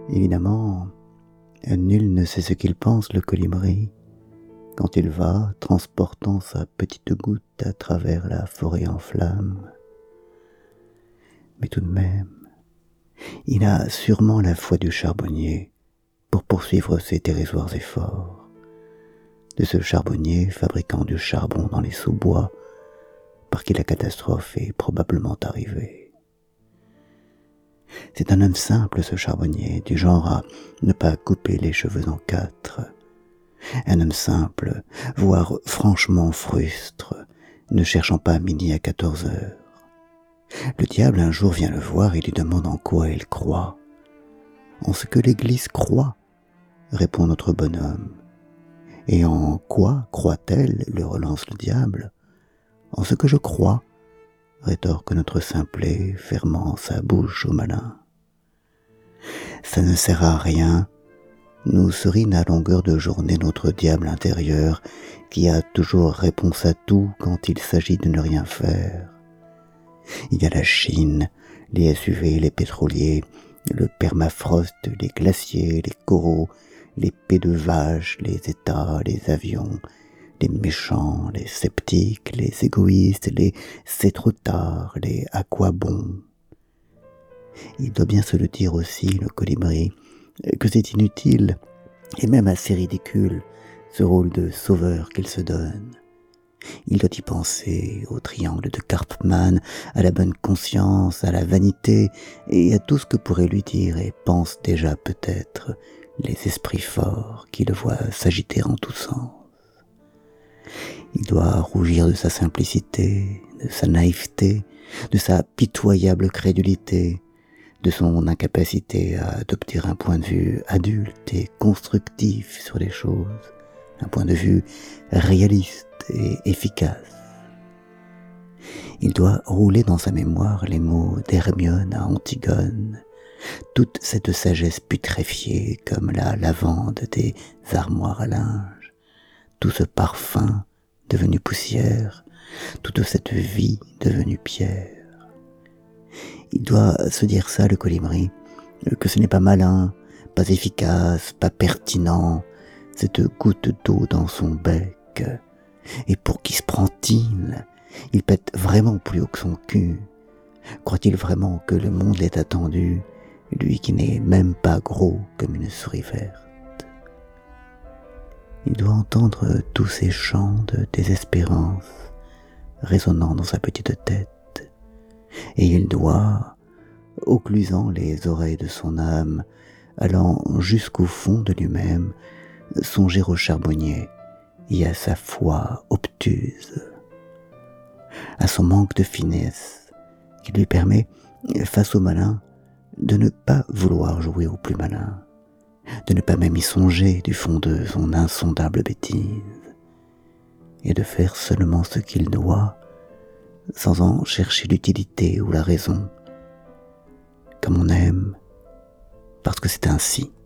Évidemment, nul ne sait ce qu'il pense, le colibri, quand il va, transportant sa petite goutte à travers la forêt en flammes. Mais tout de même, il a sûrement la foi du charbonnier pour poursuivre ses dérisoires efforts, de ce charbonnier fabriquant du charbon dans les sous-bois, par qui la catastrophe est probablement arrivée. C'est un homme simple, ce charbonnier, du genre à ne pas couper les cheveux en quatre. Un homme simple, voire franchement frustre, ne cherchant pas midi à 14 heures. Le diable un jour vient le voir et lui demande en quoi il croit. En ce que l'Église croit, répond notre bonhomme. Et en quoi croit-elle, le relance le diable. En ce que je crois, rétorque notre simplet, fermant sa bouche au malin. Ça ne sert à rien, nous serine à longueur de journée notre diable intérieur, qui a toujours réponse à tout quand il s'agit de ne rien faire. Il y a la Chine, les SUV, les pétroliers, le permafrost, les glaciers, les coraux, les pets de vaches, les États, les avions, les méchants, les sceptiques, les égoïstes, les c'est trop tard, les à quoi bon. Il doit bien se le dire aussi, le colibri, que c'est inutile, et même assez ridicule, ce rôle de sauveur qu'il se donne. Il doit y penser au triangle de Karpman, à la bonne conscience, à la vanité, et à tout ce que pourraient lui dire et pensent déjà peut-être les esprits forts qui le voient s'agiter en tous sens. Il doit rougir de sa simplicité, de sa naïveté, de sa pitoyable crédulité, de son incapacité à adopter un point de vue adulte et constructif sur les choses, un point de vue réaliste et efficace. Il doit rouler dans sa mémoire les mots d'Hermione à Antigone, toute cette sagesse putréfiée comme la lavande des armoires à linge, tout ce parfum devenu poussière, toute cette vie devenue pierre. Il doit se dire ça, le colibri, que ce n'est pas malin, pas efficace, pas pertinent, cette goutte d'eau dans son bec. Et pour qui se prend-il? Il pète vraiment plus haut que son cul. Croit-il vraiment que le monde l'ait attendu, lui qui n'est même pas gros comme une souris verte? Il doit entendre tous ces chants de désespérance résonnant dans sa petite tête, et il doit, occlusant les oreilles de son âme, allant jusqu'au fond de lui-même, songer au charbonnier et à sa foi obtuse, à son manque de finesse qui lui permet, face au malin, de ne pas vouloir jouer au plus malin, de ne pas même y songer du fond de son insondable bêtise, et de faire seulement ce qu'il doit, sans en chercher l'utilité ou la raison, comme on aime, parce que c'est ainsi.